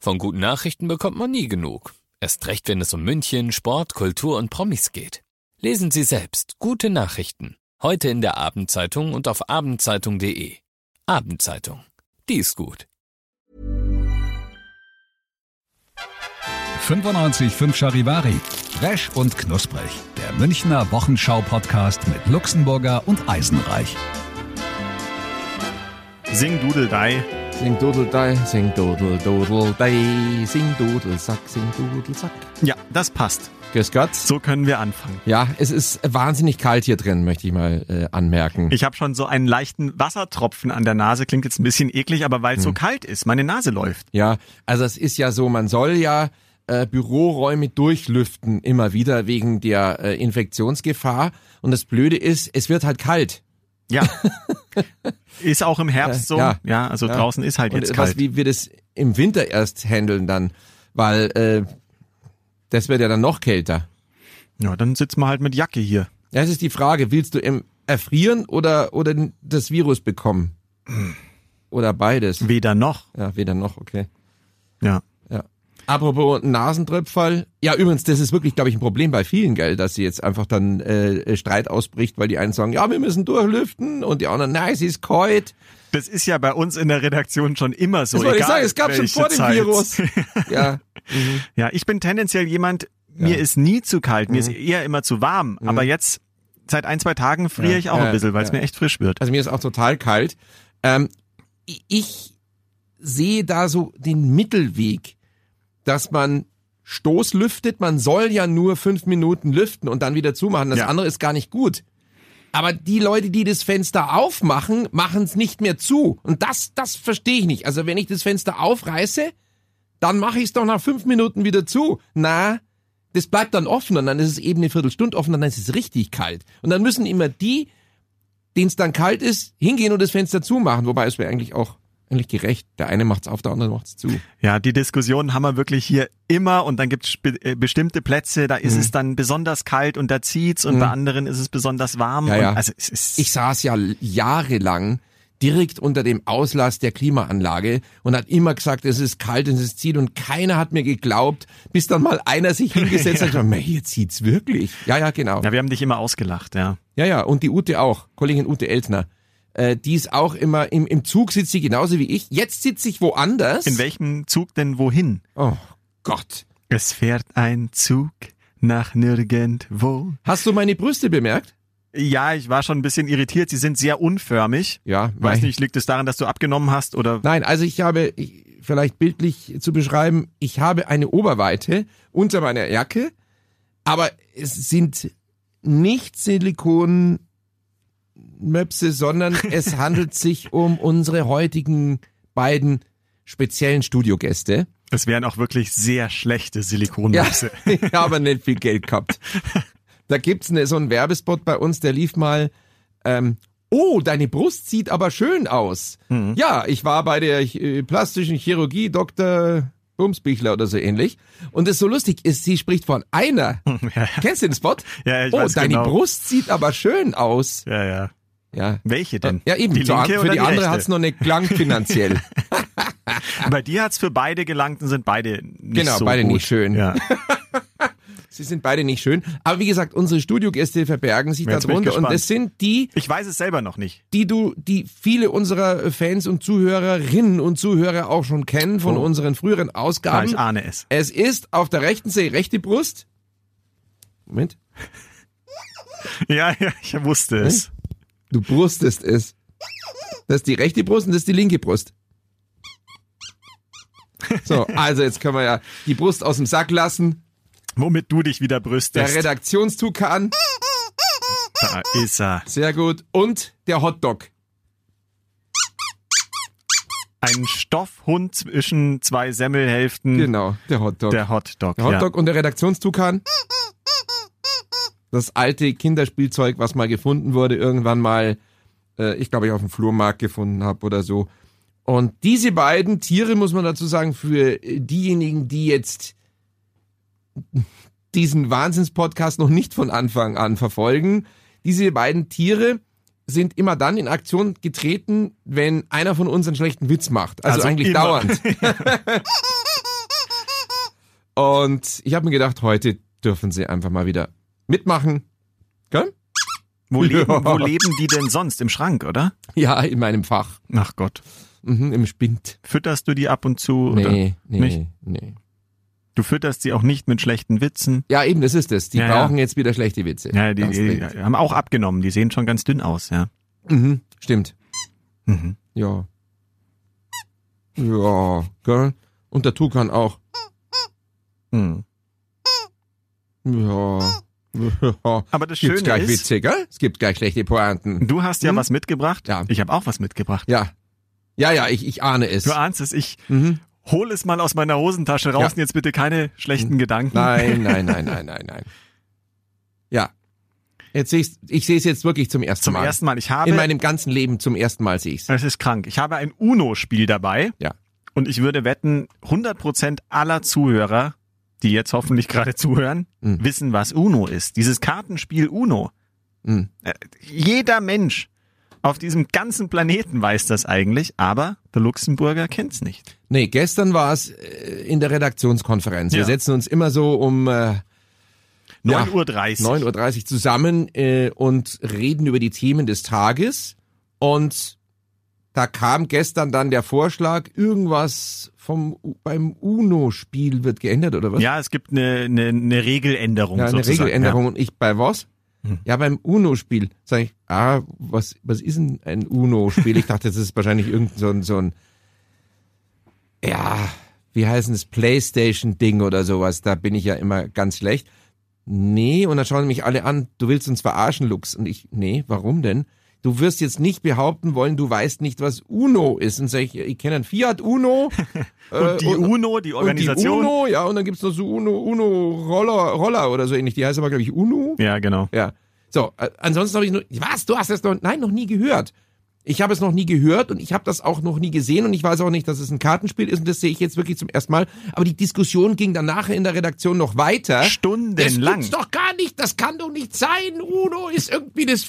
Von guten Nachrichten bekommt man nie genug. Erst recht, wenn es um München, Sport, Kultur und Promis geht. Lesen Sie selbst gute Nachrichten. Heute in der Abendzeitung und auf abendzeitung.de. Abendzeitung. Die ist gut. 95.5 Charivari. Fresh und knusprig. Der Münchner Wochenschau-Podcast mit Luxemburger und Eisenreich. Sing Dudeldei. Sing Dudeldei, sing Dudeldei, sing Dudelsack, sing Dudelsack. Ja, das passt. Grüß Gott. So können wir anfangen. Ja, es ist wahnsinnig kalt hier drin, möchte ich mal anmerken. Ich habe schon so einen leichten Wassertropfen an der Nase. Klingt jetzt ein bisschen eklig, aber weil es so kalt ist. Meine Nase läuft. Ja, also es ist ja so, man soll ja Büroräume durchlüften immer wieder wegen der Infektionsgefahr. Und das Blöde ist, es wird halt kalt. Ja, ist auch im Herbst so. Ja, also draußen ist halt jetzt kalt. Wie wir das im Winter erst handeln dann, weil das wird ja dann noch kälter. Ja, dann sitzen wir halt mit Jacke hier. Ja, das ist die Frage, willst du erfrieren oder das Virus bekommen? Oder beides? Weder noch. Ja, weder noch, okay. Ja. Apropos Nasentröpfall. Ja, übrigens, das ist wirklich, glaube ich, ein Problem bei vielen, gell, dass sie jetzt einfach dann Streit ausbricht, weil die einen sagen, ja, wir müssen durchlüften und die anderen, nein, es ist kalt. Das ist ja bei uns in der Redaktion schon immer so. Das wollte ich sagen, es gab schon vor dem Virus. Ja. Ja, ich bin tendenziell jemand, mir ist nie zu kalt, mir ist eher immer zu warm. Aber jetzt, seit 1-2 Tagen friere ich auch ein bisschen, weil es mir echt frisch wird. Also mir ist auch total kalt. Ich sehe da so den Mittelweg, dass man stoßlüftet. Man soll ja nur 5 Minuten lüften und dann wieder zumachen. Das andere ist gar nicht gut. Aber die Leute, die das Fenster aufmachen, machen es nicht mehr zu. Und das verstehe ich nicht. Also wenn ich das Fenster aufreiße, dann mache ich es doch nach 5 Minuten wieder zu. Na, das bleibt dann offen und dann ist es eben eine Viertelstunde offen und dann ist es richtig kalt. Und dann müssen immer die, denen es dann kalt ist, hingehen und das Fenster zumachen. Wobei es wäre eigentlich gerecht. Der eine macht's auf, der andere macht's zu. Ja, die Diskussion haben wir wirklich hier immer und dann gibt's bestimmte Plätze, da ist es dann besonders kalt und da zieht's und bei anderen ist es besonders warm. Ja. Also es ist ich saß ja jahrelang direkt unter dem Auslass der Klimaanlage und hat immer gesagt, es ist kalt und es zieht und keiner hat mir geglaubt, bis dann mal einer sich hingesetzt hat und gesagt, hier zieht's wirklich. Ja, genau. Ja, wir haben dich immer ausgelacht, ja. Ja, und die Ute auch, Kollegin Ute Eltner. Die ist auch immer, im Zug sitzt sie genauso wie ich. Jetzt sitze ich woanders. In welchem Zug denn wohin? Oh Gott. Es fährt ein Zug nach nirgendwo. Hast du meine Brüste bemerkt? Ja, ich war schon ein bisschen irritiert. Sie sind sehr unförmig. Ja. Weiß nicht, liegt es daran, dass du abgenommen hast oder? Nein, also vielleicht bildlich zu beschreiben, ich habe eine Oberweite unter meiner Jacke, aber es sind nicht Silikonmöpse, sondern es handelt sich um unsere heutigen beiden speziellen Studiogäste. Es wären auch wirklich sehr schlechte Silikonmöpse. Ja, ich habe nicht viel Geld gehabt. Da gibt's so einen Werbespot bei uns, der lief mal, oh, deine Brust sieht aber schön aus. Mhm. Ja, ich war bei der plastischen Chirurgie Dr. Bumsbichler oder so ähnlich. Und es so lustig ist, sie spricht von einer. Ja. Kennst du den Spot? Ja, ich weiß deine genau. Brust sieht aber schön aus. Ja. Ja. Welche denn? Ja, eben. Die linke für die andere rechte? hat's noch nicht gelangt finanziell. Bei dir hat's für beide gelangt und sind beide nicht genau, so beide gut. nicht schön. Ja. Sie sind beide nicht schön. Aber wie gesagt, unsere Studiogäste verbergen sich da drunter. Und es sind die... Ich weiß es selber noch nicht. Die viele unserer Fans und Zuhörerinnen und Zuhörer auch schon kennen von unseren früheren Ausgaben. Ja, ich ahne es. Es ist auf der rechten Seite rechte Brust. Moment. Ja, ich wusste es. Du brustest es. Das ist die rechte Brust und das ist die linke Brust. So, also jetzt können wir ja die Brust aus dem Sack lassen. Womit du dich wieder brüstest. Der Redaktionstukan. Da ist er. Sehr gut. Und der Hotdog. Ein Stoffhund zwischen zwei Semmelhälften. Genau, der Hotdog. Der Hotdog, Der Hotdog und der Redaktionstukan. Das alte Kinderspielzeug, was mal gefunden wurde, irgendwann mal, ich glaube, ich auf dem Flohmarkt gefunden habe oder so. Und diese beiden Tiere, muss man dazu sagen, für diejenigen, die jetzt diesen Wahnsinns-Podcast noch nicht von Anfang an verfolgen, diese beiden Tiere sind immer dann in Aktion getreten, wenn einer von uns einen schlechten Witz macht. Also eigentlich immer. dauernd. Und ich habe mir gedacht, heute dürfen sie einfach mal wieder mitmachen. Gell? Wo leben die denn sonst? Im Schrank, oder? Ja, in meinem Fach. Ach Gott. Im Spind. Fütterst du die ab und zu? Nee. Du fütterst sie auch nicht mit schlechten Witzen? Ja, eben, das ist es. Die Ja, brauchen jetzt wieder schlechte Witze. Ja, die dringend. haben auch abgenommen. Die sehen schon ganz dünn aus, ja. Stimmt. Ja. Ja, gell? Und der Tukan auch. Hm. Ja. Aber das Gibt's Schöne gleich ist, Witze, gell? Es gibt gleich schlechte Pointen. du hast ja was mitgebracht. Ja. Ich habe auch was mitgebracht. Ja. Ja, ich ahne es. Du ahnst es. Ich hol es mal aus meiner Hosentasche raus Ja. und jetzt bitte keine schlechten Gedanken. Nein. Ja. Jetzt ich sehe es jetzt wirklich zum ersten Mal. Zum ersten Mal. Ich habe, In meinem ganzen Leben zum ersten Mal sehe ich es. es ist krank. Ich habe ein UNO-Spiel dabei. Ja. Und ich würde wetten, 100% aller Zuhörer, die jetzt hoffentlich gerade zuhören, wissen, was UNO ist. Dieses Kartenspiel UNO. Jeder Mensch auf diesem ganzen Planeten weiß das eigentlich, aber der Luxemburger kennt's nicht. Nee, gestern war es in der Redaktionskonferenz. Wir Ja. setzen uns immer so um 9:30 Uhr. 9:30 Uhr zusammen und reden über die Themen des Tages. Und da kam gestern dann der Vorschlag, irgendwas beim UNO-Spiel wird geändert, oder was? Ja, es gibt eine Regeländerung Ja, eine sozusagen. Regeländerung. Und ich bei was? Ja, beim UNO-Spiel. Sag ich, was ist denn ein UNO-Spiel? Ich dachte, das ist wahrscheinlich irgend so ein wie heißt das, Playstation-Ding oder sowas. Da bin ich ja immer ganz schlecht. Nee, und dann schauen mich alle an, du willst uns verarschen, Lux. Und ich, nee, warum denn? Du wirst jetzt nicht behaupten wollen, du weißt nicht, was UNO ist. Und sag ich kenne ein Fiat Uno. Und die UNO, die Organisation. Und die UNO, ja, und dann gibt's noch so Roller oder so ähnlich. Die heißt aber, glaube ich, UNO. Ja, genau. Ja. So, ansonsten habe ich nur, was, du hast das noch nie gehört. Ich habe es noch nie gehört und ich habe das auch noch nie gesehen und ich weiß auch nicht, dass es ein Kartenspiel ist und das sehe ich jetzt wirklich zum ersten Mal. Aber die Diskussion ging dann nachher in der Redaktion noch weiter. Stundenlang. Das gibt's doch gar nicht, das kann doch nicht sein. UNO ist irgendwie das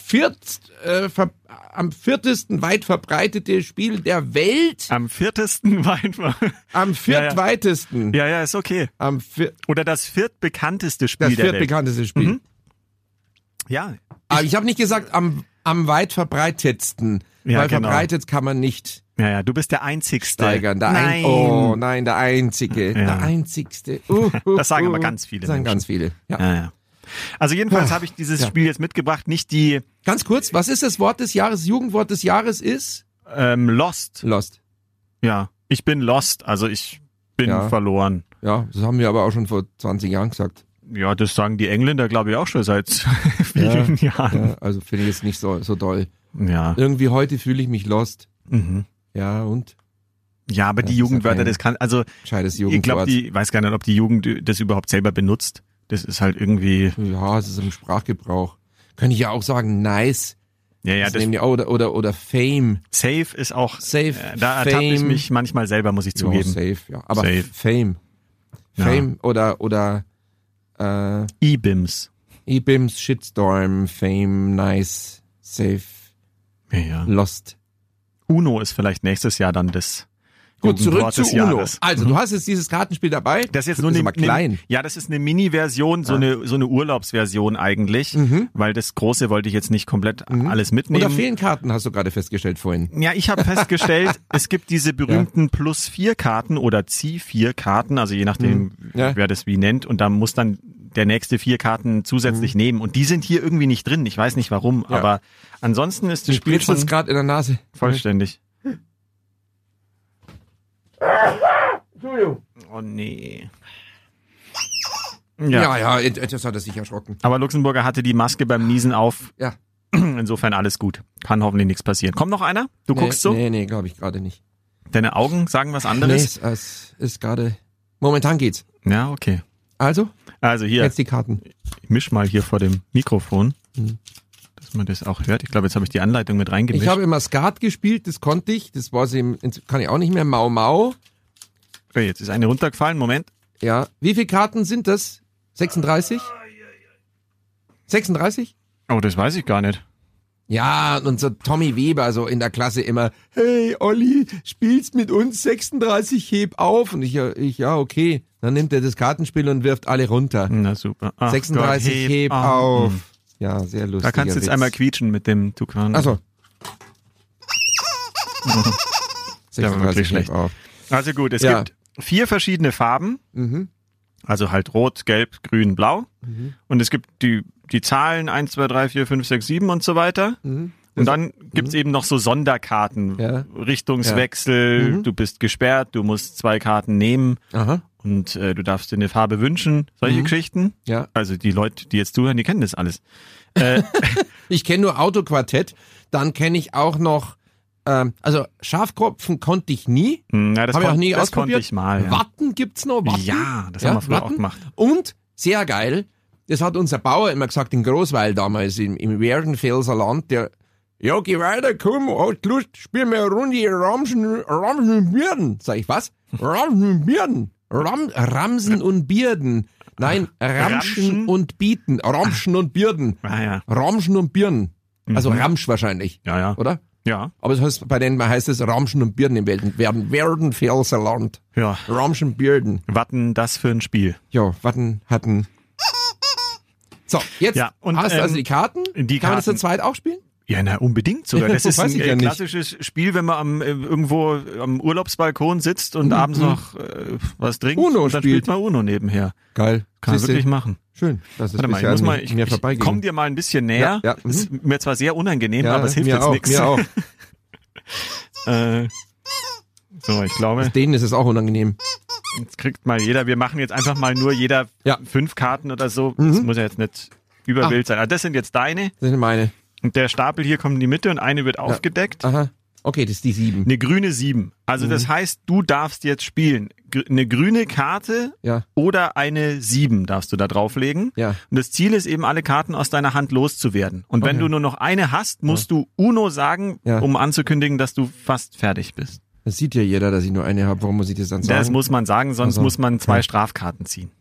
am viertesten weit verbreitete Spiel der Welt. Am viertesten Am viertweitesten. Ja, ist okay. Oder das viertbekannteste Spiel Das der Welt. viertbekannteste Spiel. Ja. Aber ich habe nicht gesagt am weit verbreitetsten. Ja, weil genau. verbreitet kann man nicht Ja, du bist der Einzigste. steigern. Der Einzige. Ja. Der Einzigste. Das sagen aber ganz viele Das sagen Menschen. ganz viele. Ja. Ja. Also jedenfalls habe ich dieses Spiel jetzt mitgebracht, nicht die Ganz kurz, was ist das Wort des Jahres? Jugendwort des Jahres ist? Lost. Lost. Ja, ich bin lost, also ich bin Ja. verloren. Ja, das haben wir aber auch schon vor 20 Jahren gesagt. Ja, das sagen die Engländer, glaube ich, auch schon seit vielen Jahren. Ja, also finde ich jetzt nicht so doll. Ja. Irgendwie heute fühle ich mich lost. Mhm. Ja, und? Ja, aber die ist Jugendwörter, ja kein das kann, also Scheides ich Jugendwort. glaube, ich weiß gar nicht, ob die Jugend das überhaupt selber benutzt. Das ist halt irgendwie, Ja, es ist im Sprachgebrauch. Könnte ich ja auch sagen, nice. ja, Das das nehmen die auch, oder Fame. Safe ist auch, Safe, da ertappe ich Fame. mich manchmal selber, muss ich Ja, zugeben. safe, ja. Aber Safe. Fame. Ja. Fame oder E-Bims. E-Bims, Shitstorm, Fame, nice, safe, Ja. lost. UNO ist vielleicht nächstes Jahr dann das Gut, zurück Jugendwort zu des UNO. Jahres. Also, du hast jetzt dieses Kartenspiel dabei. Das ist jetzt nur ist eine, aber klein. ja, das ist eine Mini-Version, so eine Urlaubsversion eigentlich, weil das große wollte ich jetzt nicht komplett alles Und mitnehmen. da fehlen Karten, hast du gerade festgestellt vorhin. Ja, ich habe festgestellt, es gibt diese berühmten Plus-4-Karten oder Zieh-4-Karten, also je nachdem, Ja. wer das wie nennt, und da muss dann der nächste 4 Karten zusätzlich nehmen. Und die sind hier irgendwie nicht drin. Ich weiß nicht warum, Ja. aber ansonsten ist das Ich Spiel spritze es schon gerade in der Nase. vollständig. Entschuldigung. Oh nee. Ja, das hat er sich erschrocken. Aber Luxemburger hatte die Maske beim Niesen auf. Ja. Insofern alles gut. Kann hoffentlich nichts passieren. Kommt noch einer? Du guckst so? Nee, glaube ich gerade nicht. Deine Augen sagen was Nee, anderes? es ist gerade, momentan geht's. Ja, okay. Also, Also hier, jetzt die Karten. ich misch mal hier vor dem Mikrofon, dass man das auch hört. Ich glaube, jetzt habe ich die Anleitung mit reingemischt. Ich habe immer Skat gespielt, das konnte ich, das war kann ich auch nicht mehr, Mau. Okay, jetzt ist eine runtergefallen. Moment. Ja, wie viele Karten sind das? 36? 36? Oh, das weiß ich gar nicht. Ja, und so Tommy Weber so in der Klasse immer, hey Olli, spielst mit uns 36, heb auf. Und ich ja, okay. Dann nimmt er das Kartenspiel und wirft alle runter. Na super. Ach 36, Gott, heb auf. Ja, sehr lustig. Da kannst du jetzt einmal quietschen mit dem Tukan. Achso. Der war wirklich 36, schlecht. heb auf. Also gut, es Ja. gibt 4 verschiedene Farben. Also halt rot, gelb, grün, blau. Und es gibt die Zahlen 1, 2, 3, 4, 5, 6, 7 und so weiter. Und dann gibt's eben noch so Sonderkarten. Ja. Richtungswechsel, du bist gesperrt, du musst 2 Karten nehmen Aha. und du darfst dir eine Farbe wünschen. Solche Geschichten. Ja. Also die Leute, die jetzt zuhören, die kennen das alles. Ich kenne nur Autoquartett. Dann kenne ich auch noch, also Schafkopfen konnte ich nie. Na, Habe ich auch nie das ausprobiert. konnte ich mal. Ja, Watten gibt's noch? Watten? ja das haben wir früher auch gemacht. Und, sehr geil, das hat unser Bauer immer gesagt in Großweil damals, im Werdenfelser Land, der, ja, geh weiter, komm, hast Lust, spiel mir eine Runde Ramsen und Birnen. Sag ich, was? Ramsen und Birnen. Ramsen und Birnen. Nein, Ramschen Ramschen? und Bieten. Ramschen und Birnen. Ah, ja. Ramschen und Birnen. Also Ramsch wahrscheinlich. Ja, ja. Oder? Ja. Aber es heißt, bei denen heißt es Ramschen und Birnen im Werdenfelser Land. Ja. Ramschen, Birnen. Watten, das für ein Spiel. Ja, Watten hatten. So, jetzt Ja, und, hast du also die Karten. die Kann man das zu Karten- zweit auch spielen? Ja, na, unbedingt sogar. Das ist Weiß ein ich ja nicht. klassisches Spiel, wenn man irgendwo am Urlaubsbalkon sitzt und abends noch was trinkt. Uno und dann spielt. spielt man Uno nebenher. Geil. Kann man Siehste, wirklich machen. schön. Das ist Warte mal, ich bisher muss mal, an mir ich vorbeigegangen. komm dir mal ein bisschen näher. Ja, ja, Das ist mir zwar sehr unangenehm, Ja, aber es hilft mir jetzt auch, nichts. Mir auch. So, ich glaube, Denen ist es auch unangenehm. jetzt kriegt mal jeder, wir machen jetzt einfach mal nur jeder Ja. 5 Karten oder so. Das muss ja jetzt nicht überwild sein. Aber das sind jetzt deine. Das sind meine. Und der Stapel hier kommt in die Mitte und eine wird aufgedeckt. Aha. Okay, das ist die 7. Eine grüne 7. Also das heißt, du darfst jetzt spielen. Eine grüne Karte Ja. oder eine 7 darfst du da drauflegen. Ja. Und das Ziel ist eben, alle Karten aus deiner Hand loszuwerden. Und wenn Okay. du nur noch eine hast, musst du Uno sagen, Ja. um anzukündigen, dass du fast fertig bist. Das sieht ja jeder, dass ich nur eine habe. Warum muss ich das dann sagen? Das muss man sagen, sonst Also, muss man 2 okay. Strafkarten ziehen.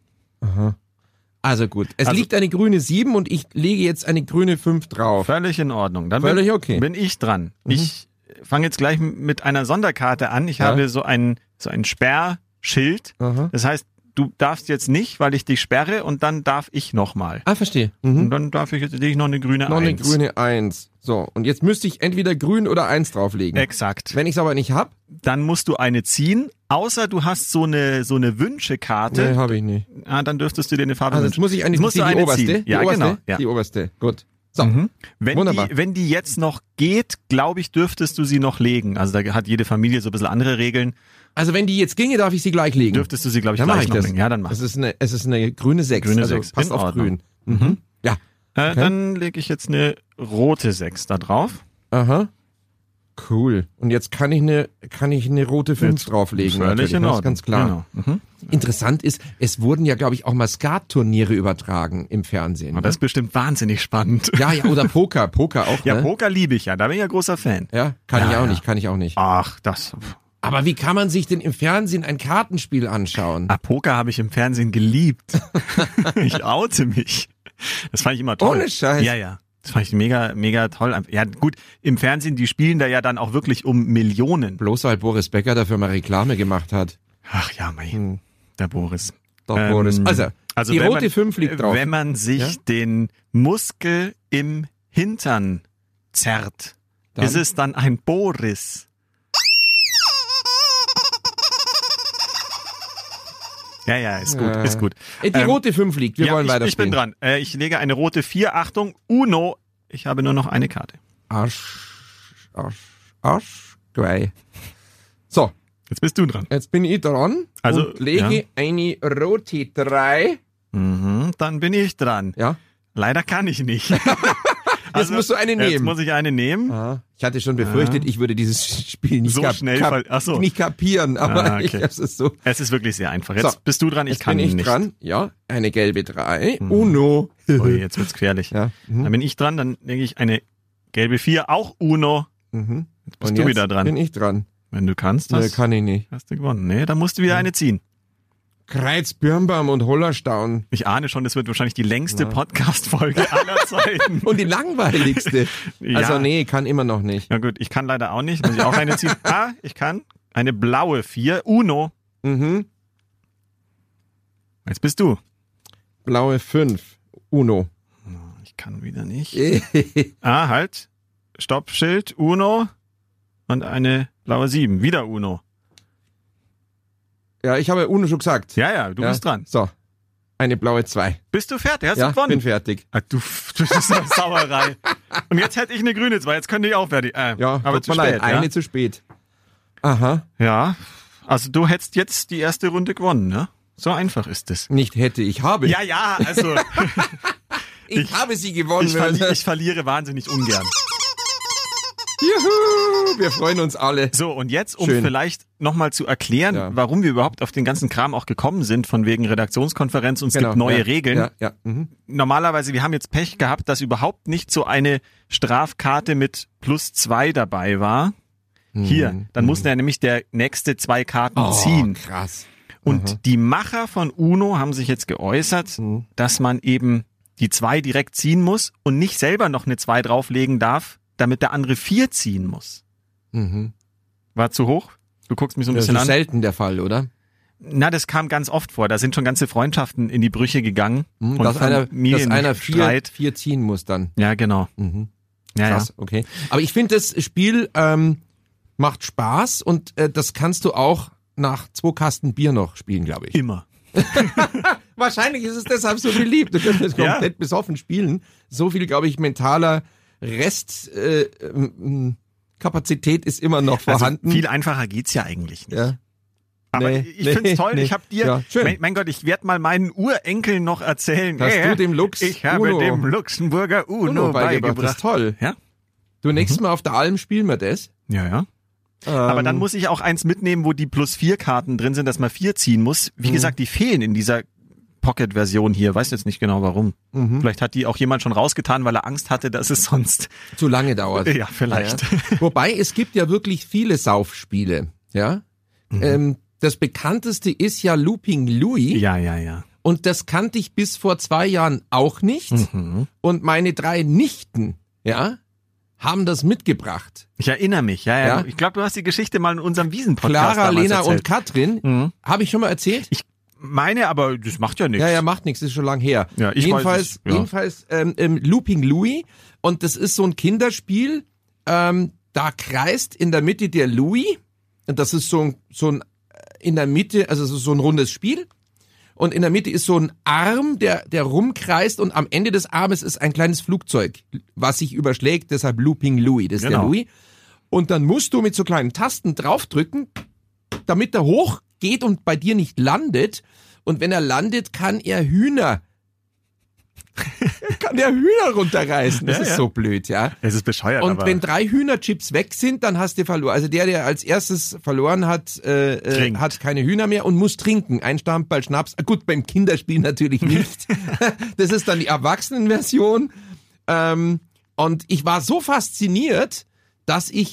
Also gut. Es Also- liegt eine grüne 7 und ich lege jetzt eine grüne 5 drauf. Völlig in Ordnung. Dann Völlig okay. bin ich dran. Ich fange jetzt gleich mit einer Sonderkarte an. Ich Ja. habe so ein Sperrschild. Aha. Das heißt, du darfst jetzt nicht, weil ich dich sperre und dann darf ich nochmal. Ah, verstehe. Und dann darf ich jetzt lege ich noch eine grüne Noch eine 1. grüne 1. So, und jetzt müsste ich entweder grün oder 1 drauflegen. Exakt. Wenn ich es aber nicht hab, Dann musst du eine ziehen, außer du hast so eine Wünschekarte. nee, habe ich nicht. Dann dürftest du dir eine Farbe Also wünschen. jetzt muss ich eine, Musst die du eine oberste. ziehen. Ja, die oberste, genau. Ja. Die oberste. Gut. So. Wenn die jetzt noch geht, glaube ich, dürftest du sie noch legen. Also da hat jede Familie so ein bisschen andere Regeln. Also wenn die jetzt ginge, darf ich sie gleich legen. Dürftest du sie, glaube ich, Dann mache gleich ich noch das. legen. Ja, dann mach. Es ist eine grüne 6. Grüne also 6. passt In auf Ordnung. grün. Ja. Dann lege ich jetzt eine rote 6 da drauf. Aha. Cool. Und jetzt kann ich eine rote 5 drauflegen. Völlig natürlich, in das Ordnung. ist ganz klar. Genau. Interessant ist, es wurden ja, glaube ich, auch mal Skat-Turniere übertragen im Fernsehen. Und das ist bestimmt wahnsinnig spannend. Ja, oder Poker auch, Ja, ne? Poker liebe ich ja. Da bin ich ja großer Fan. Ja, kann Ja, ich auch ja. nicht, kann ich auch nicht. Ach, das. Aber wie kann man sich denn im Fernsehen ein Kartenspiel anschauen? Poker habe ich im Fernsehen geliebt. Ich oute mich. Das fand ich immer toll. Ohne Scheiß. Ja, ja. Das fand ich mega, mega toll. Ja, gut, im Fernsehen, die spielen da ja dann auch wirklich um Millionen. Bloß weil Boris Becker dafür mal Reklame gemacht hat. Ach ja, mei. Der Boris. Doch, Boris. Also die wenn rote man, 5 liegt drauf. Wenn man sich Ja? den Muskel im Hintern zerrt, Dann? ist es dann ein Boris. Ja, ist gut, ist gut. Die rote 5 liegt. Wir wollen ich bin weiterspielen. dran. Ich lege eine rote 4. Achtung, Uno. Ich habe nur noch eine Karte. Arsch, Geil. So, Jetzt bist du dran. jetzt bin ich dran Also, und lege eine rote 3. Dann bin ich dran. Ja. Leider kann ich nicht. Jetzt musst du eine Jetzt nehmen. muss ich eine nehmen. Ah, ich hatte schon befürchtet, ich würde dieses Spiel nicht, So schnell ach so. nicht kapieren, aber Ah, okay. es ist so. Es ist wirklich sehr einfach. Jetzt So, bist du dran, ich Jetzt kann bin ich nicht. dran. Ja, eine gelbe 3. Uno. Ui, jetzt wird's gefährlich. Ja. Dann bin ich dran, dann lege ich eine gelbe 4, auch Uno. Jetzt bist Und du jetzt wieder dran. bin ich dran. Wenn du kannst, Nö, kann ich nicht. hast du gewonnen. Nee, dann musst du wieder eine ziehen. Kreiz, Birnbaum und Hollerstaun. Ich ahne schon, das wird wahrscheinlich die längste Podcast-Folge aller Zeiten. Und die langweiligste. Ja. Also nee, kann immer noch nicht. Na gut, ich kann leider auch nicht. Muss ich auch eine ziehen? Ich kann. Eine blaue 4. Uno. Mhm. Jetzt bist du. Blaue 5. Uno. Ich kann wieder nicht. Halt. Stoppschild. Uno. Und eine blaue 7. Wieder Uno. Ja, ich habe Uno schon gesagt. Ja, du bist dran. So. Eine blaue 2. Bist du fertig? Hast Ja, du gewonnen? bin fertig. Du bist eine Sauerei. Und jetzt hätte ich eine grüne 2. Jetzt könnte ich auch fertig. Ja, aber tut zu mir leid. spät. Eine zu spät. Aha. Ja. Also du hättest jetzt die erste Runde gewonnen, ne? So einfach ist es. Nicht hätte, ich habe. Ja, also ich habe sie gewonnen. ich verliere wahnsinnig ungern. Juhu, wir freuen uns alle. So, und jetzt, um Schön. vielleicht nochmal zu erklären, warum wir überhaupt auf den ganzen Kram auch gekommen sind, von wegen Redaktionskonferenz und es gibt neue Regeln. Ja. Mhm. Normalerweise, wir haben jetzt Pech gehabt, dass überhaupt nicht so eine Strafkarte mit +2 dabei war. Hier, dann musste er nämlich der nächste 2 Karten ziehen. Krass. Und die Macher von Uno haben sich jetzt geäußert, dass man eben die 2 direkt ziehen muss und nicht selber noch eine 2 drauflegen darf, damit der andere 4 ziehen muss. Mhm. War zu hoch? Du guckst mich so ein Das bisschen ist an. selten der Fall, oder? Na, das kam ganz oft vor. Da sind schon ganze Freundschaften in die Brüche gegangen. Und Dass einer 4 Streit. ziehen muss dann. Ja, genau. Mhm. Ja, Krass, okay. Aber ich finde, das Spiel macht Spaß und das kannst du auch nach 2 Kasten Bier noch spielen, glaube ich. Immer. Wahrscheinlich ist es deshalb so beliebt. Du kannst das komplett besoffen spielen. So viel, glaube ich, mentaler Restkapazität ist immer noch vorhanden. Also viel einfacher geht's ja eigentlich nicht. Ja. Aber ich find's toll. nee. Ich habe dir, Ja, schön. mein Gott, ich werde mal meinen Urenkeln noch erzählen. Dass du dem Lux Ich habe Uno dem Luxemburger Uno beigebracht. Das beigebracht. ist toll. Ja? Du, nächstes Mal auf der Alm spielen wir das. Ja. Aber dann muss ich auch eins mitnehmen, wo die +4 Karten drin sind, dass man 4 ziehen muss. Wie gesagt, die fehlen in dieser Pocket-Version hier. Weiß jetzt nicht genau warum. Vielleicht hat die auch jemand schon rausgetan, weil er Angst hatte, dass es sonst zu lange dauert. Ja, vielleicht. Ja. Wobei, es gibt ja wirklich viele Saufspiele. Ja. Das bekannteste ist ja Looping Louis. Ja. Und das kannte ich bis vor 2 Jahren auch nicht. Und meine 3 Nichten, haben das mitgebracht. Ich erinnere mich, ja. Ich glaube, du hast die Geschichte mal in unserem Wiesen-Podcast Clara, damals Lena erzählt. und Katrin. Habe ich schon mal erzählt? Ich meine, aber das macht ja nichts. Ja, macht nichts, ist schon lang her. Ja, ich weiß es, ja. Jedenfalls Looping Louis. Und das ist so ein Kinderspiel. Da kreist in der Mitte der Louis. Und das ist so ein in der Mitte, also so ein rundes Spiel. Und in der Mitte ist so ein Arm, der rumkreist und am Ende des Armes ist ein kleines Flugzeug, was sich überschlägt, deshalb Looping Louis, das ist der Louis. Und dann musst du mit so kleinen Tasten draufdrücken, damit er hochgeht und bei dir nicht landet. Und wenn er landet, kann er Hühner runterreißen. Das ist so blöd, ja. Es ist bescheuert, Und aber wenn 3 Hühnerchips weg sind, dann hast du verloren. Also der als erstes verloren hat, hat keine Hühner mehr und muss trinken. Ein Stammball Schnaps. Gut, beim Kinderspiel natürlich nicht. Das ist dann die Erwachsenenversion. Und ich war so fasziniert, dass ich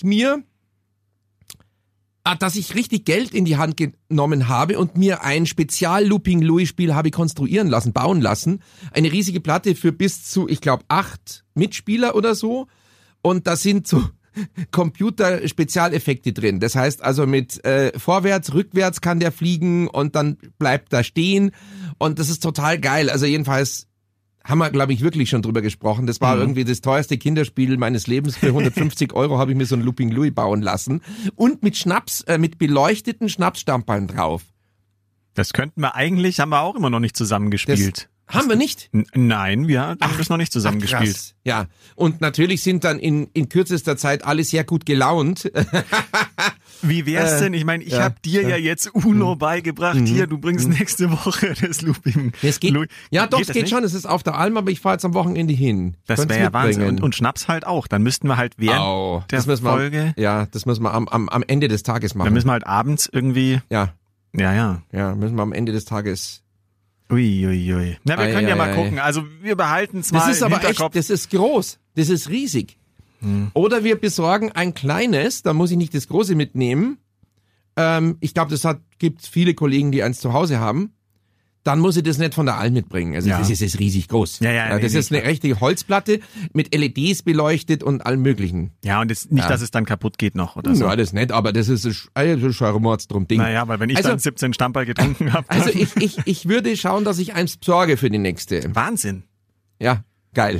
richtig Geld in die Hand genommen habe und mir ein Spezial-Looping-Louis-Spiel habe konstruieren lassen, bauen lassen. Eine riesige Platte für bis zu, ich glaube, 8 Mitspieler oder so. Und da sind so Computer-Spezialeffekte drin. Das heißt also mit vorwärts, rückwärts kann der fliegen und dann bleibt er stehen. Und das ist total geil. Also jedenfalls haben wir, glaube ich, wirklich schon drüber gesprochen. Das war irgendwie das teuerste Kinderspiel meines Lebens. Für 150 € habe ich mir so ein Looping Louis bauen lassen. Und mit mit beleuchteten Schnapsstammbällen drauf. das könnten wir eigentlich, haben wir auch immer noch nicht zusammengespielt. Haben wir nicht? Nein, wir haben das noch nicht zusammengespielt. Krass. Ja, und natürlich sind dann in kürzester Zeit alle sehr gut gelaunt. Wie wär's denn? Ich meine, ich habe dir ja jetzt Uno beigebracht. Hier, du bringst nächste Woche das Looping. Es geht, Louis. ja, doch, es das geht nicht? schon. Es ist auf der Alm, aber ich fahre jetzt am Wochenende hin. Das Könnt's wäre ja Wahnsinn. mitbringen. Und Schnaps halt auch. Dann müssten wir halt während der das müssen wir, Folge, Ja, das müssen wir am Ende des Tages machen. dann müssen wir halt abends irgendwie, ja, ja. müssen wir am Ende des Tages. Uiuiui. Na, wir können ja mal gucken. Also wir behalten es mal Das ist im aber echt, Hinterkopf. das ist groß. Das ist riesig. Oder wir besorgen ein kleines, da muss ich nicht das große mitnehmen. Ich glaube, gibt viele Kollegen, die eins zu Hause haben. dann muss ich das nicht von der Alm mitbringen. Also das ist riesig groß. Das ist eine richtige Holzplatte mit LEDs beleuchtet und allem möglichen. Ja, und nicht, dass es dann kaputt geht noch oder so. Ja, das nicht, aber das ist ein Scharmorz drum Ding. Naja, weil wenn ich dann 17 Stamperl getrunken habe. Also ich würde schauen, dass ich eins besorge für die nächste. Wahnsinn. Ja, geil.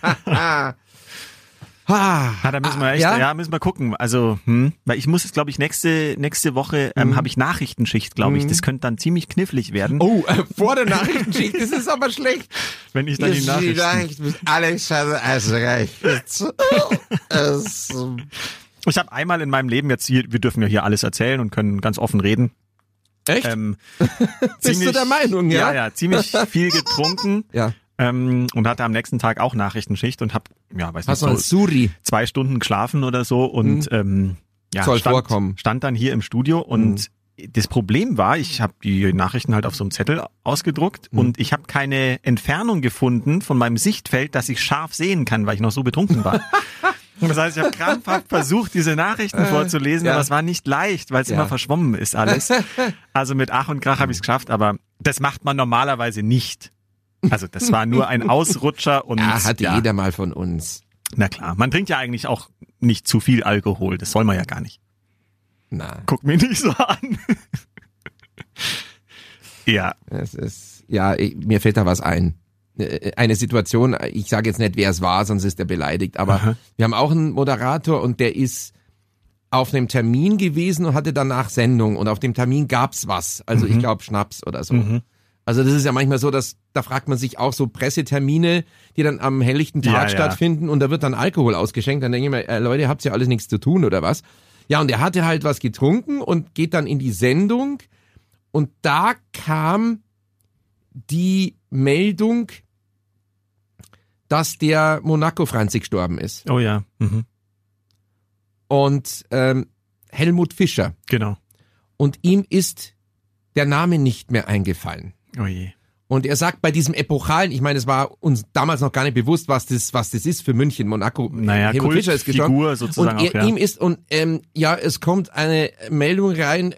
Da müssen wir echt, müssen wir gucken. Also, weil ich muss es, glaube ich, nächste Woche habe ich Nachrichtenschicht, glaube ich. Das könnte dann ziemlich knifflig werden. Oh, vor der Nachrichtenschicht, das ist aber schlecht. Wenn ich dann die Nachrichten... Alexander als recht. Ich habe einmal in meinem Leben jetzt hier, wir dürfen ja hier alles erzählen und können ganz offen reden. Echt? Bist du der Meinung, ja? Ja, ziemlich viel getrunken. Ja. Und hatte am nächsten Tag auch Nachrichtenschicht und habe, Hast du ein Suri? 2 Stunden geschlafen oder so und stand dann hier im Studio und das Problem war, ich habe die Nachrichten halt auf so einem Zettel ausgedruckt und ich habe keine Entfernung gefunden von meinem Sichtfeld, dass ich scharf sehen kann, weil ich noch so betrunken war. Und das heißt, ich habe krampfhaft versucht, diese Nachrichten vorzulesen, aber es war nicht leicht, weil es immer verschwommen ist alles. Also mit Ach und Krach habe ich es geschafft, aber das macht man normalerweise nicht. Also das war nur ein Ausrutscher und hat jeder mal von uns. Na klar, man trinkt ja eigentlich auch nicht zu viel Alkohol, das soll man ja gar nicht. Na. Guck mich nicht so an. Ja. Es ist, mir fällt da was ein. Eine Situation, ich sage jetzt nicht, wer es war, sonst ist er beleidigt, aber wir haben auch einen Moderator und der ist auf einem Termin gewesen und hatte danach Sendung und auf dem Termin gab's was, also ich glaube Schnaps oder so. Also das ist ja manchmal so, dass da fragt man sich auch so Pressetermine, die dann am helllichten Tag stattfinden und da wird dann Alkohol ausgeschenkt, dann denke ich mir, Leute, habt ihr alles nichts zu tun oder was? Ja, und er hatte halt was getrunken und geht dann in die Sendung und da kam die Meldung, dass der Monaco-Franzi gestorben ist. Oh ja. Und Helmut Fischer. Genau. Und ihm ist der Name nicht mehr eingefallen. Oh je. Und er sagt bei diesem epochalen, ich meine, es war uns damals noch gar nicht bewusst, was das ist für München, Monaco. Naja, Helmut Fischer ist gestorben. Figur sozusagen und auch, ihm ist, und es kommt eine Meldung rein,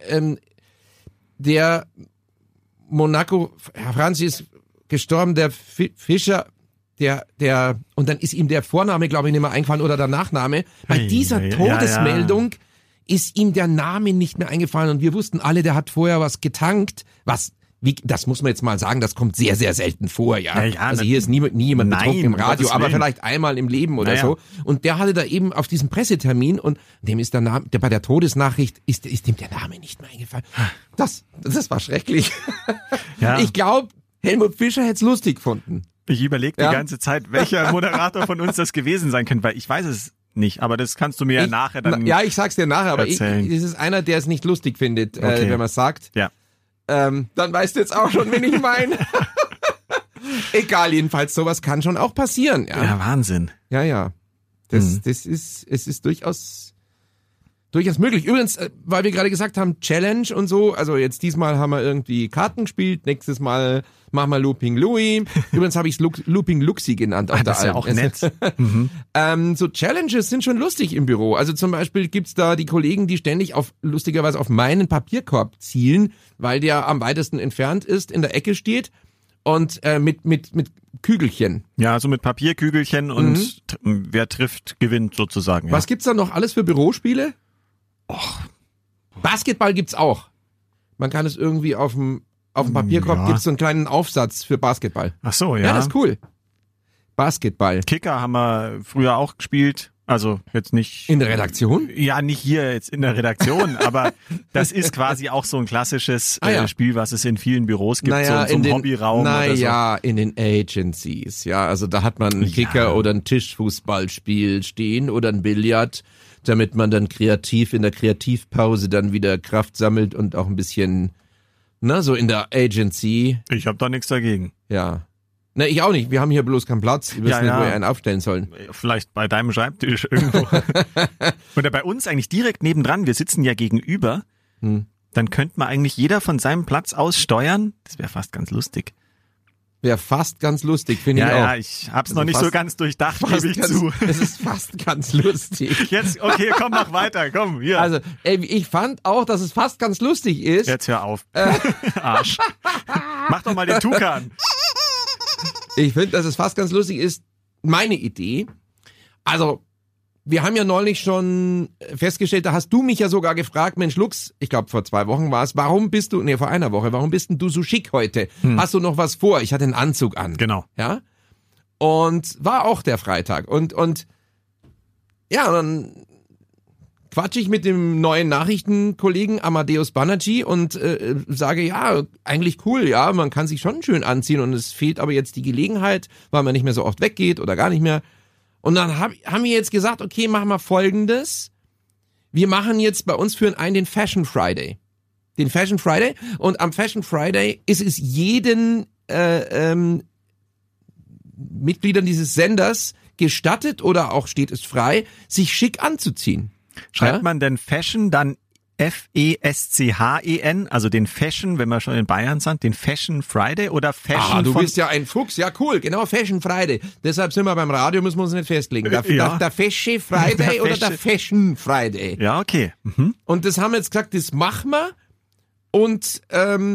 der Monaco, Herr Franzi ist gestorben, der Fischer, der, und dann ist ihm der Vorname, glaube ich, nicht mehr eingefallen oder der Nachname. Bei dieser Todesmeldung ist ihm der Name nicht mehr eingefallen und wir wussten alle, der hat vorher was getankt, das muss man jetzt mal sagen, das kommt sehr, sehr selten vor, also hier ist nie jemand betrunken im Radio, aber vielleicht einmal im Leben oder so. Und der hatte da eben auf diesem Pressetermin und dem ist der Name, bei der Todesnachricht ist dem der Name nicht mehr eingefallen. Das war schrecklich. Ja. Ich glaube, Helmut Fischer hätte es lustig gefunden. Ich überlege die ganze Zeit, welcher Moderator von uns das gewesen sein könnte, weil ich weiß es nicht, aber das kannst du mir nachher dann ich sag's dir nachher, aber es ist einer, der es nicht lustig findet, wenn man es sagt. Ja. Dann weißt du jetzt auch schon, wen ich meine. Egal, jedenfalls, sowas kann schon auch passieren. Ja, Wahnsinn. Ja. Es ist durchaus möglich. Übrigens, weil wir gerade gesagt haben, Challenge und so, also jetzt diesmal haben wir irgendwie Karten gespielt, nächstes Mal machen wir Looping Louis. Übrigens habe ich es Looping Luxi genannt. Das ist ja auch nett. So Challenges sind schon lustig im Büro. Also zum Beispiel gibt's da die Kollegen, die ständig lustigerweise auf meinen Papierkorb zielen, weil der am weitesten entfernt ist, in der Ecke steht und mit Kügelchen. Ja, so mit Papierkügelchen und wer trifft, gewinnt sozusagen. Ja. Was gibt's da noch alles für Bürospiele? Basketball gibt's auch. Man kann es irgendwie auf dem Papierkorb gibt's so einen kleinen Aufsatz für Basketball. Ach so, ja. Ja, das ist cool. Basketball. Kicker haben wir früher auch gespielt. Also jetzt nicht... In der Redaktion? Ja, nicht hier jetzt in der Redaktion, aber das ist quasi auch so ein klassisches Spiel, was es in vielen Büros gibt, so im Hobbyraum oder so. In den Agencies. Ja, also da hat man einen Kicker oder ein Tischfußballspiel stehen oder ein Billard, damit man dann kreativ in der Kreativpause dann wieder Kraft sammelt und auch ein bisschen, so in der Agency. Ich habe da nichts dagegen. Ja. Na, ich auch nicht. Wir haben hier bloß keinen Platz. Wir wissen nicht, wo wir einen aufstellen sollen. Vielleicht bei deinem Schreibtisch irgendwo. Oder bei uns eigentlich direkt nebendran. Wir sitzen ja gegenüber. Dann könnte man eigentlich jeder von seinem Platz aus steuern. Das wäre fast ganz lustig. Wäre fast ganz lustig, finde ich auch. Ja, ich hab's noch nicht so ganz durchdacht, gebe ich zu. Es ist fast ganz lustig. Jetzt, okay, komm, mach weiter, komm, hier. Also, ich fand auch, dass es fast ganz lustig ist. Jetzt hör auf. Arsch. Mach doch mal den Tukan. Ich finde, dass es fast ganz lustig ist. Meine Idee. Also, wir haben ja neulich schon festgestellt, da hast du mich ja sogar gefragt, Mensch Lux, ich glaube vor 2 Wochen war es, vor einer Woche, warum bist denn du so schick heute? Hast du noch was vor? Ich hatte einen Anzug an. Genau. Ja. Und war auch der Freitag. Und ja, dann quatsche ich mit dem neuen Nachrichtenkollegen Amadeus Banerjee und sage, ja, eigentlich cool, ja, man kann sich schon schön anziehen und es fehlt aber jetzt die Gelegenheit, weil man nicht mehr so oft weggeht oder gar nicht mehr. Und dann haben wir jetzt gesagt, okay, machen wir Folgendes. Wir machen jetzt bei uns führen den Fashion Friday. Den Fashion Friday. Und am Fashion Friday ist es jeden Mitgliedern dieses Senders gestattet oder auch steht es frei, sich schick anzuziehen. Schreibt man denn Fashion dann F-E-S-C-H-E-N, also den Fashion, wenn wir schon in Bayern sind, den Fashion Friday oder Fashion du bist ja ein Fuchs, ja cool, genau, Fashion Friday. Deshalb sind wir beim Radio, müssen wir uns nicht festlegen. Der Fashion Friday oder der Fashion Friday. Ja, okay. Mhm. Und das haben wir jetzt gesagt, das machen wir. Und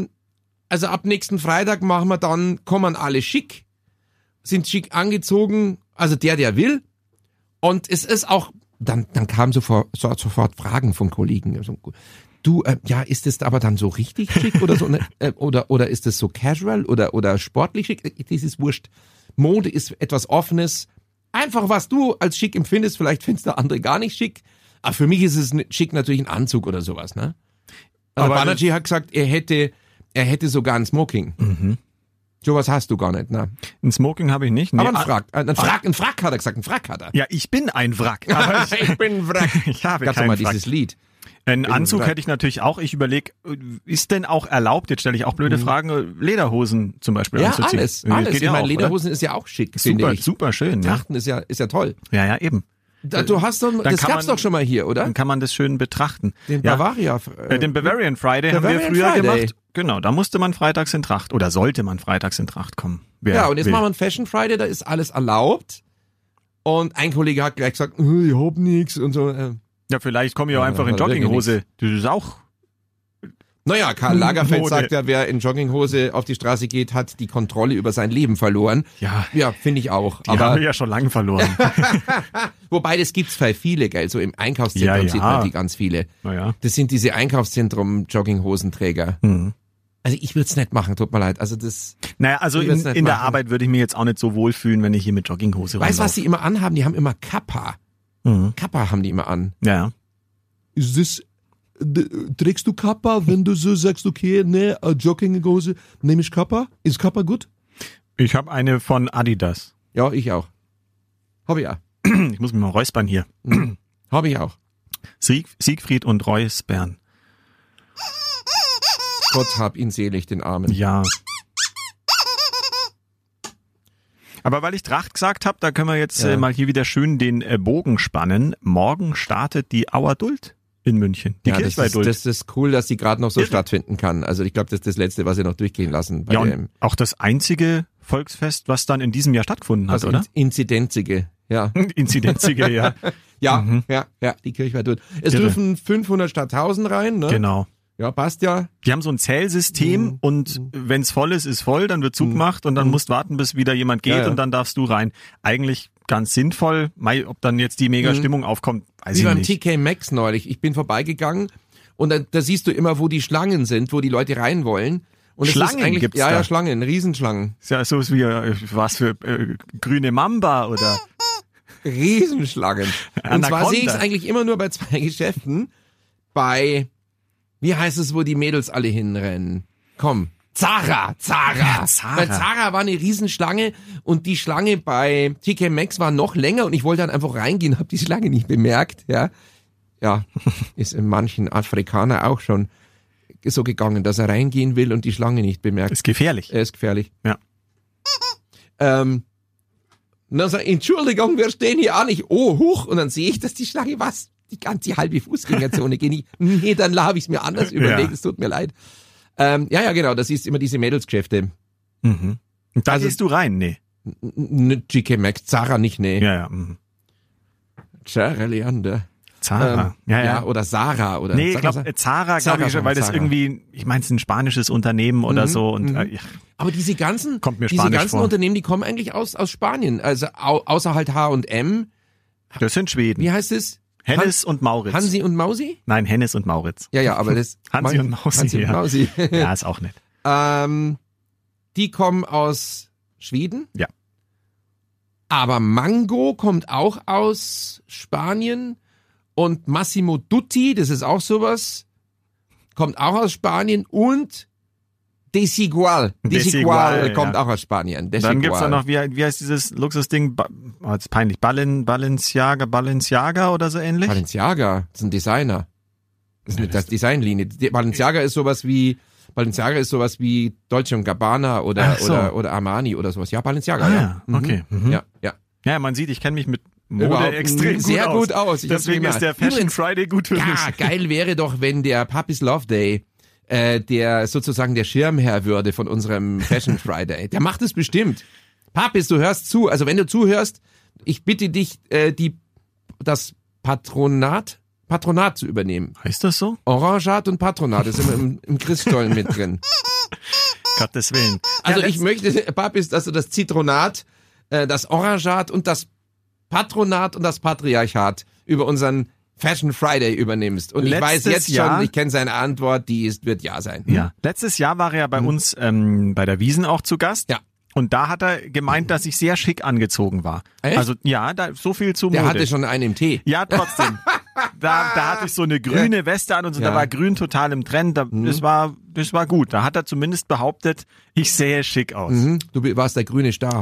also ab nächsten Freitag machen wir dann, kommen alle schick, sind schick angezogen, also der will. Und es ist auch, dann kamen sofort Fragen von Kollegen. Du, ja, ist das aber dann so richtig schick oder so, oder ist das so casual oder sportlich schick? Das ist wurscht. Mode ist etwas Offenes. Einfach, was du als schick empfindest, vielleicht findest der andere gar nicht schick. Aber für mich ist es schick natürlich ein Anzug oder sowas, ne? Aber Banerjee hat gesagt, er hätte sogar ein Smoking. Mhm. Sowas hast du gar nicht, ne? Ein Smoking habe ich nicht. Nee. Aber ein Frack hat er gesagt, ein Frack hat er. Ja, ich bin ein Wrack. Aber ich bin ein Wrack. Ich habe Gab's keinen mal Wrack. dieses Lied. Einen Anzug hätte ich natürlich auch. Ich überlege, ist denn auch erlaubt, jetzt stelle ich auch blöde Fragen, Lederhosen zum Beispiel anzuziehen? Alles. Geht Ich ja meine, auch, Lederhosen ist ja auch schick, super, finde ich. super schön. Ja. Trachten ist ja toll. Ja, eben. Du hast doch, das gab's doch schon mal hier, oder? Dann kann man das schön betrachten. Den Bavaria. Den Bavarian Friday haben wir früher gemacht. Genau, da musste man freitags in Tracht oder sollte man freitags in Tracht kommen. Und jetzt machen wir einen Fashion Friday, da ist alles erlaubt. Und ein Kollege hat gleich gesagt, ich hab nix und so. Ja, vielleicht komme ich auch einfach in Jogginghose. Das ist auch... Naja, Karl Lagerfeld Mode. sagt ja, wer in Jogginghose auf die Straße geht, hat die Kontrolle über sein Leben verloren. Ja, finde ich auch. Die haben wir ja schon lange verloren. Wobei, das gibt's bei viele, gell, so im Einkaufszentrum sieht man die ganz viele. Ja. Das sind diese Einkaufszentrum-Jogginghosenträger. Mhm. Also ich würde es nicht machen, tut mir leid. Also das. Naja, also in der Arbeit würde ich mich jetzt auch nicht so wohlfühlen, wenn ich hier mit Jogginghose rumlaufe. Weißt du, was die immer anhaben? Die haben immer Kappa. Mhm. Kappa haben die immer an. Ja. Ist das, trägst du Kappa, wenn du so sagst, okay, ne, Jogginghose, nehme ich Kappa? Ist Kappa gut? Ich habe eine von Adidas. Ja, ich auch. Habe ich auch. Ich muss mich mal räuspern hier. Habe ich auch. Siegfried und Räuspern. Gott hab ihn selig, den Armen. Ja. Aber weil ich Tracht gesagt habe, da können wir jetzt mal hier wieder schön den Bogen spannen. Morgen startet die Auer Duld in München. Die Kirchweih-Duld. Das ist cool, dass die gerade noch so stattfinden kann. Also ich glaube, das ist das Letzte, was sie noch durchgehen lassen. Bei und auch das einzige Volksfest, was dann in diesem Jahr stattgefunden hat, also oder? Inzidenzige, ja. Inzidenzige, ja. Ja, die Kirchweih-Duld. Es dürfen 500 statt 1000 rein, ne? Genau. Ja, passt ja. Die haben so ein Zählsystem und wenn es voll ist voll, dann wird zugemacht und dann musst warten, bis wieder jemand geht und dann darfst du rein. Eigentlich ganz sinnvoll. Ob dann jetzt die mega Stimmung aufkommt, weiß ich nicht. Wie beim TK Maxx neulich. Ich bin vorbeigegangen und da siehst du immer, wo die Schlangen sind, wo die Leute rein wollen. Und Schlangen ist eigentlich, gibt's da? Ja, Schlangen, Riesenschlangen. Ist ja so wie was für grüne Mamba oder Riesenschlangen. Und zwar sehe ich es eigentlich immer nur bei 2 Geschäften. Bei, wie heißt es, wo die Mädels alle hinrennen? Komm. Zara. Bei Zara war eine Riesenschlange und die Schlange bei TK Maxx war noch länger und ich wollte dann einfach reingehen, habe die Schlange nicht bemerkt, ja. Ja, ist in manchen Afrikaner auch schon so gegangen, dass er reingehen will und die Schlange nicht bemerkt. Ist gefährlich. Er ist gefährlich. Ja. Dann sag ich, Entschuldigung, wir stehen hier an. Oh, huch. Und dann sehe ich, dass die Schlange die ganze halbe Fußgängerzone geht. Nee, dann habe ich es mir anders überlegt. Es tut mir leid. Ja, genau. Das ist immer diese Mädelsgeschäfte. Mhm. Und da gehst du rein? Nee. TK Maxx, Zara nicht, nee. Ja. Mhm. Zara Leander. Zara. Ja. Oder Sarah oder. Nee, ich glaube Zara, glaube ich, weil das irgendwie, ich meine, es ist ein spanisches Unternehmen oder so und aber diese ganzen vor. Unternehmen, die kommen eigentlich aus Spanien, also außer halt H&M. Das sind Schweden. Wie heißt es? Hennes und Mauritz. Hansi und Mausi? Nein, Hennes und Mauritz. Ja, aber das Hansi und Mausi. Mausi. Ja, ist auch nett. Die kommen aus Schweden. Ja. Aber Mango kommt auch aus Spanien und Massimo Dutti, das ist auch sowas, kommt auch aus Spanien und Desigual kommt auch aus Spanien. Desigual. Dann gibt's da noch, wie heißt dieses Luxusding? Das ist peinlich. Balenciaga oder so ähnlich? Balenciaga, das ist ein Designer. Das ist nicht das Designlinie. Balenciaga ist sowas wie Dolce & Gabbana oder Armani oder sowas. Ja, Balenciaga, ja. Okay. Mhm. Ja. Ja, man sieht, ich kenne mich mit Mode extrem sehr gut aus. Deswegen ist der Fashion Friday gut für mich. Ja, geil wäre doch, wenn der Puppies Love Day der sozusagen der Schirmherr würde von unserem Fashion Friday. Der macht es bestimmt. Puppies, du hörst zu. Also wenn du zuhörst, ich bitte dich, das Patronat zu übernehmen. Heißt das so? Orangat und Patronat, das ist immer im Christstollen mit drin. Gottes Willen. Also ich möchte, Puppies, dass du das Zitronat, das Orangat und das Patronat und das Patriarchat über unseren Fashion Friday übernimmst. Und ich weiß jetzt schon, ich kenne seine Antwort, wird ja sein. Ja. Letztes Jahr war er ja bei uns bei der Wiesn auch zu Gast. Ja. Und da hat er gemeint, dass ich sehr schick angezogen war. Echt? Also ja, da so viel zu Mode. Der hatte schon einen im Tee. Ja, trotzdem. Da hatte ich so eine grüne Weste an und so, da war grün total im Trend. Das war gut. Da hat er zumindest behauptet, ich sähe schick aus. Du warst der grüne Star.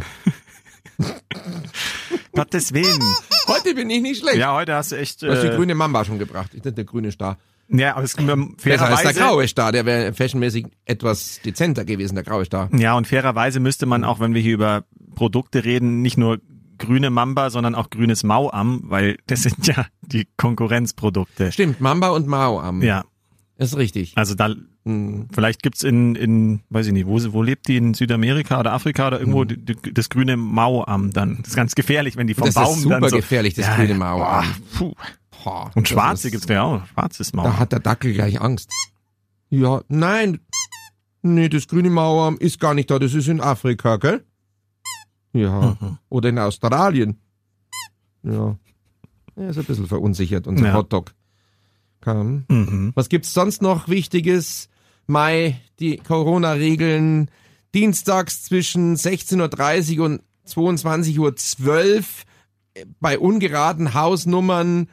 Gottes Willen. Heute bin ich nicht schlecht. Ja, heute hast du echt... Du hast die grüne Mamba schon gebracht. Ich bin der grüne Star. Ja, aber es ist besser als der graue Star. Der wäre fashionmäßig etwas dezenter gewesen, der graue Star. Ja, und fairerweise müsste man auch, wenn wir hier über Produkte reden, nicht nur grüne Mamba, sondern auch grünes Mauam, weil das sind ja die Konkurrenzprodukte. Stimmt, Mamba und Mauam. Ja. Ist richtig. Also da, vielleicht gibt's in, weiß ich nicht, wo lebt die, in Südamerika oder Afrika oder irgendwo das grüne Mauam dann. Das ist ganz gefährlich, wenn die vom Baum dann so. Das ist super gefährlich, das grüne Mauam. Und schwarze gibt's ja auch, schwarzes Mauam. Da hat der Dackel gleich Angst. Ja, nein, das grüne Mauam ist gar nicht da, das ist in Afrika, gell? Ja, oder in Australien. Ja, er ist ein bisschen verunsichert, unser Hotdog. Was gibt's sonst noch Wichtiges? Mai, die Corona-Regeln, dienstags zwischen 16.30 Uhr und 22.12 Uhr bei ungeraden Hausnummern,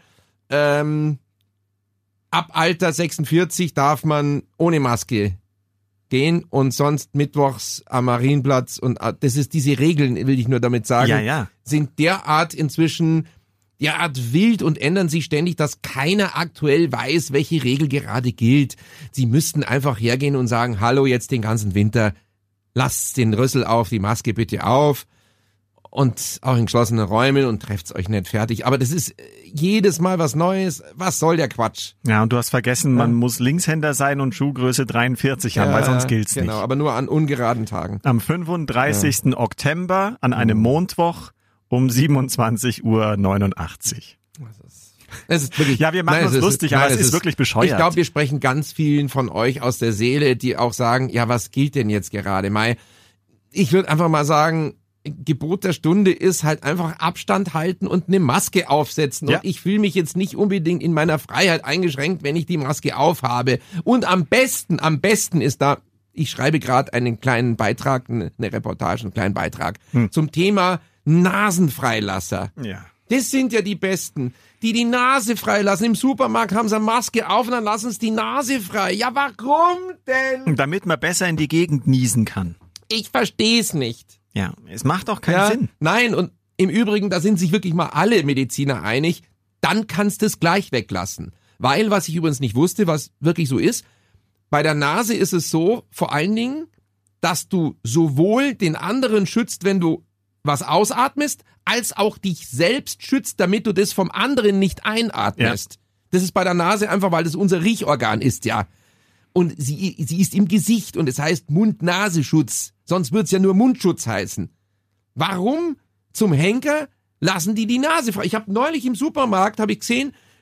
ab Alter 46 darf man ohne Maske gehen und sonst mittwochs am Marienplatz und das ist diese Regeln, will ich nur damit sagen, sind derart inzwischen wild und ändern sich ständig, dass keiner aktuell weiß, welche Regel gerade gilt. Sie müssten einfach hergehen und sagen, hallo, jetzt den ganzen Winter, lasst den Rüssel auf, die Maske bitte auf und auch in geschlossenen Räumen und trefft's euch nicht fertig. Aber das ist jedes Mal was Neues. Was soll der Quatsch? Ja, und du hast vergessen, man muss Linkshänder sein und Schuhgröße 43 haben, weil sonst gilt's nicht. Genau, aber nur an ungeraden Tagen. Am 35. Oktober, an einem Mondwoch, um 27.89 Uhr. Es ist wirklich, ja, wir machen uns lustig, aber es ist wirklich bescheuert. Ich glaube, wir sprechen ganz vielen von euch aus der Seele, die auch sagen, ja, was gilt denn jetzt gerade, Mai? Ich würde einfach mal sagen, Gebot der Stunde ist halt einfach Abstand halten und eine Maske aufsetzen. Ja. Und ich fühle mich jetzt nicht unbedingt in meiner Freiheit eingeschränkt, wenn ich die Maske aufhabe. Und am besten ist da, ich schreibe gerade einen kleinen Beitrag, eine Reportage, einen kleinen Beitrag zum Thema Nasenfreilasser. Ja. Das sind ja die Besten, die Nase freilassen. Im Supermarkt haben sie eine Maske auf und dann lassen sie die Nase frei. Ja, warum denn? Damit man besser in die Gegend niesen kann. Ich verstehe es nicht. Ja, es macht doch keinen Sinn. Nein, und im Übrigen, da sind sich wirklich mal alle Mediziner einig, dann kannst du es gleich weglassen. Weil, was ich übrigens nicht wusste, was wirklich so ist, bei der Nase ist es so, vor allen Dingen, dass du sowohl den anderen schützt, wenn du was ausatmest, als auch dich selbst schützt, damit du das vom anderen nicht einatmest. Ja. Das ist bei der Nase einfach, weil das unser Riechorgan ist, ja. Und sie ist im Gesicht und es heißt Mund-Nasenschutz. Sonst wird's ja nur Mundschutz heißen. Warum zum Henker lassen die Nase frei? Ich habe neulich im Supermarkt, gesehen,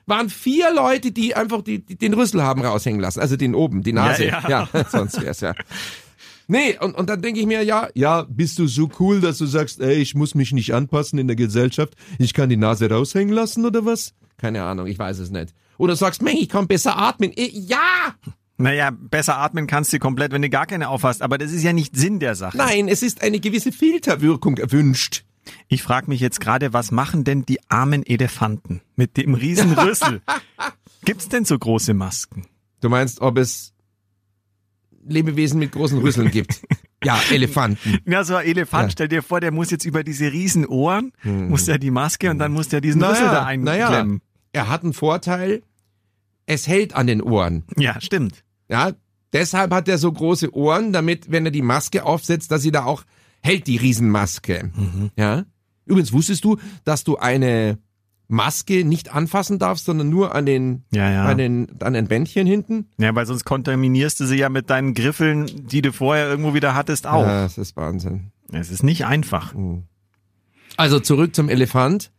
waren 4 Leute, die einfach den Rüssel haben raushängen lassen. Also den oben, die Nase. Ja, sonst wär's ja. Nee, und dann denke ich mir, ja, bist du so cool, dass du sagst, ey, ich muss mich nicht anpassen in der Gesellschaft, ich kann die Nase raushängen lassen oder was? Keine Ahnung, ich weiß es nicht. Oder sagst, ich kann besser atmen. Ja! Naja, besser atmen kannst du komplett, wenn du gar keine aufhast, aber das ist ja nicht Sinn der Sache. Nein, es ist eine gewisse Filterwirkung erwünscht. Ich frage mich jetzt gerade, was machen denn die armen Elefanten mit dem riesen Rüssel? Gibt's denn so große Masken? Du meinst, ob es Lebewesen mit großen Rüsseln gibt? Ja, Elefanten. Ja, so ein Elefant, stell dir vor, der muss jetzt über diese riesen Ohren, muss der die Maske und dann muss der diesen Rüssel da einklemmen. Er hat einen Vorteil, es hält an den Ohren. Ja, stimmt. Ja, deshalb hat er so große Ohren, damit, wenn er die Maske aufsetzt, dass sie da auch hält, die Riesenmaske. Ja. Übrigens, wusstest du, dass du eine Maske nicht anfassen darfst, sondern nur an den Bändchen hinten? Ja, weil sonst kontaminierst du sie ja mit deinen Griffeln, die du vorher irgendwo wieder hattest, auch. Ja, das ist Wahnsinn. Es ist nicht einfach. Also zurück zum Elefant.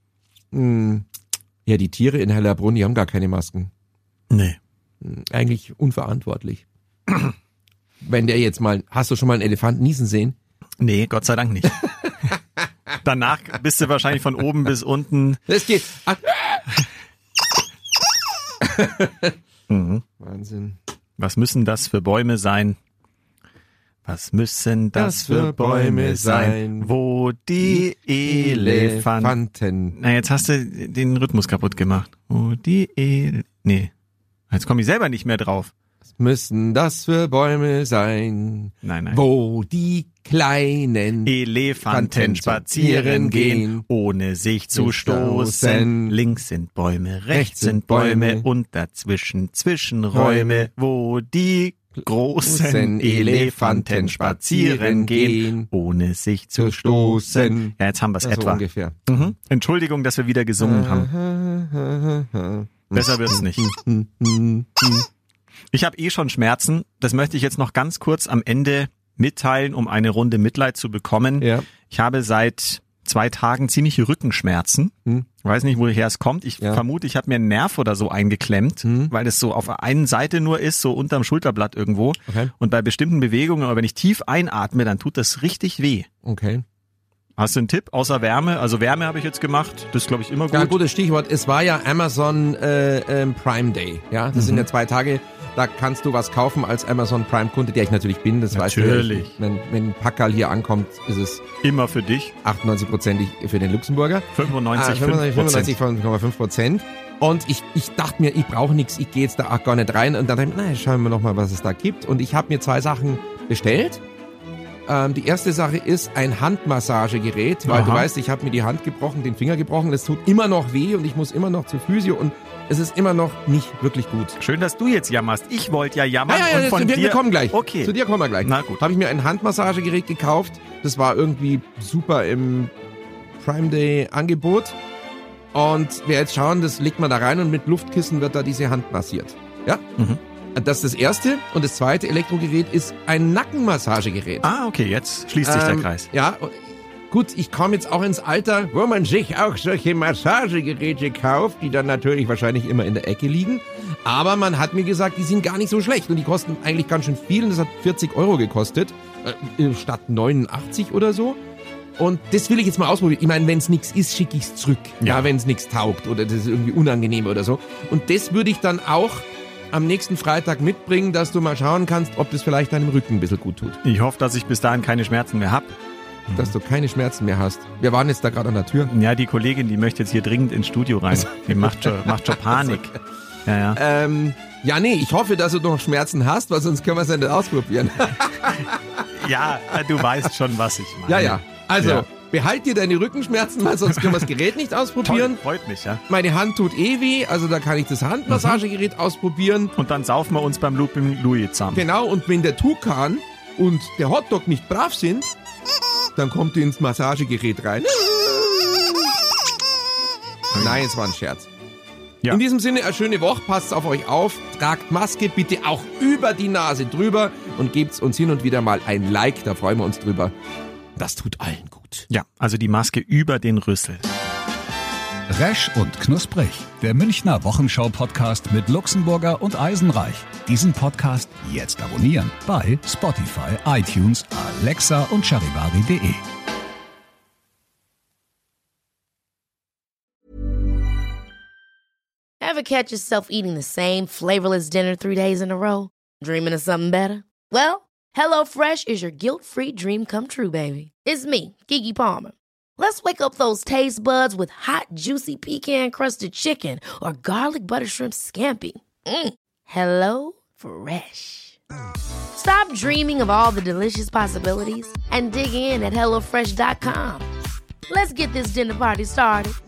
Ja, die Tiere in Hellerbrunn, die haben gar keine Masken. Nee. Eigentlich unverantwortlich. Wenn der jetzt mal, hast du schon mal einen Elefant niesen sehen? Nee, Gott sei Dank nicht. Danach bist du wahrscheinlich von oben bis unten. Das geht. Wahnsinn. Was müssen das für Bäume sein? Was müssen das für Bäume sein, wo die Elefanten... Na, jetzt hast du den Rhythmus kaputt gemacht. Wo die Nee, jetzt komme ich selber nicht mehr drauf. Was müssen das für Bäume sein, nein. wo die kleinen Elefanten spazieren gehen, ohne sich zu stoßen. Links sind Bäume, rechts sind Bäume und dazwischen Zwischenräume, wo die großen Elefanten spazieren gehen, ohne sich zu stoßen. Ja, jetzt haben wir es etwa. So ungefähr. Entschuldigung, dass wir wieder gesungen haben. Besser wird's nicht. Ich habe schon Schmerzen. Das möchte ich jetzt noch ganz kurz am Ende mitteilen, um eine Runde Mitleid zu bekommen. Ja. Ich habe seit 2 Tagen ziemliche Rückenschmerzen. Weiß nicht, woher es kommt. Ich vermute, ich habe mir einen Nerv oder so eingeklemmt, weil es so auf der einen Seite nur ist, so unterm Schulterblatt irgendwo. Okay. Und bei bestimmten Bewegungen, aber wenn ich tief einatme, dann tut das richtig weh. Okay. Hast du einen Tipp außer Wärme? Also Wärme habe ich jetzt gemacht. Das ist, glaube ich, immer gut. Ja, gutes Stichwort. Es war ja Amazon Prime Day. Ja, das sind ja 2 Tage. Da kannst du was kaufen als Amazon Prime-Kunde, der ich natürlich bin. Das natürlich. Weißt du, wenn Packerl hier ankommt, ist es immer für dich. 98%ig für den Luxemburger. 95,5%. Und ich dachte mir, ich brauche nichts, ich gehe jetzt da auch gar nicht rein. Und dann dachte ich, na, schauen wir noch mal, was es da gibt. Und ich habe mir 2 Sachen bestellt. Die erste Sache ist ein Handmassagegerät, weil du weißt, ich habe mir die Hand gebrochen, den Finger gebrochen, es tut immer noch weh und ich muss immer noch zur Physio und es ist immer noch nicht wirklich gut. Schön, dass du jetzt jammerst. Ich wollte ja jammern und von dir... Wir kommen gleich. Okay. Zu dir kommen wir gleich. Na gut. Habe ich mir ein Handmassagegerät gekauft, das war irgendwie super im Prime Day Angebot und wer jetzt schauen, das legt man da rein und mit Luftkissen wird da diese Hand massiert. Ja? Das ist das erste. Und das zweite Elektrogerät ist ein Nackenmassagegerät. Ah, okay, jetzt schließt sich der Kreis. Ja, gut, ich komme jetzt auch ins Alter, wo man sich auch solche Massagegeräte kauft, die dann natürlich wahrscheinlich immer in der Ecke liegen. Aber man hat mir gesagt, die sind gar nicht so schlecht und die kosten eigentlich ganz schön viel. Und das hat 40 € gekostet, statt 89 oder so. Und das will ich jetzt mal ausprobieren. Ich meine, wenn es nichts ist, schicke ich es zurück. Ja, wenn es nichts taugt oder das ist irgendwie unangenehm oder so. Und das würde ich dann auch am nächsten Freitag mitbringen, dass du mal schauen kannst, ob das vielleicht deinem Rücken ein bisschen gut tut. Ich hoffe, dass ich bis dahin keine Schmerzen mehr habe. Dass du keine Schmerzen mehr hast. Wir waren jetzt da gerade an der Tür. Ja, die Kollegin, die möchte jetzt hier dringend ins Studio rein. Die macht schon Panik. Ja. Ja, nee, ich hoffe, dass du noch Schmerzen hast, weil sonst können wir es ja nicht ausprobieren. Ja, du weißt schon, was ich meine. Ja. Also, behalt dir deine Rückenschmerzen, weil sonst können wir das Gerät nicht ausprobieren. Toll, freut mich, ja. Meine Hand tut weh, also da kann ich das Handmassagegerät ausprobieren. Und dann saufen wir uns beim Looping Louis zusammen. Genau, und wenn der Tukan und der Hotdog nicht brav sind, dann kommt ihr ins Massagegerät rein. Nein, es war ein Scherz. Ja. In diesem Sinne, eine schöne Woche, passt auf euch auf, tragt Maske bitte auch über die Nase drüber und gebt uns hin und wieder mal ein Like, da freuen wir uns drüber. Das tut allen gut. Ja, also die Maske über den Rüssel. Resch und Knusprig, der Münchner Wochenschau-Podcast mit Luxemburger und Eisenreich. Diesen Podcast jetzt abonnieren bei Spotify, iTunes, Alexa und charivari.de. Ever catch yourself eating the same flavorless dinner 3 days in a row? Dreaming of something better? Well, HelloFresh is your guilt-free dream come true, baby. It's me, Keke Palmer. Let's wake up those taste buds with hot, juicy pecan-crusted chicken or garlic butter shrimp scampi. Hello Fresh. Stop dreaming of all the delicious possibilities and dig in at HelloFresh.com. Let's get this dinner party started.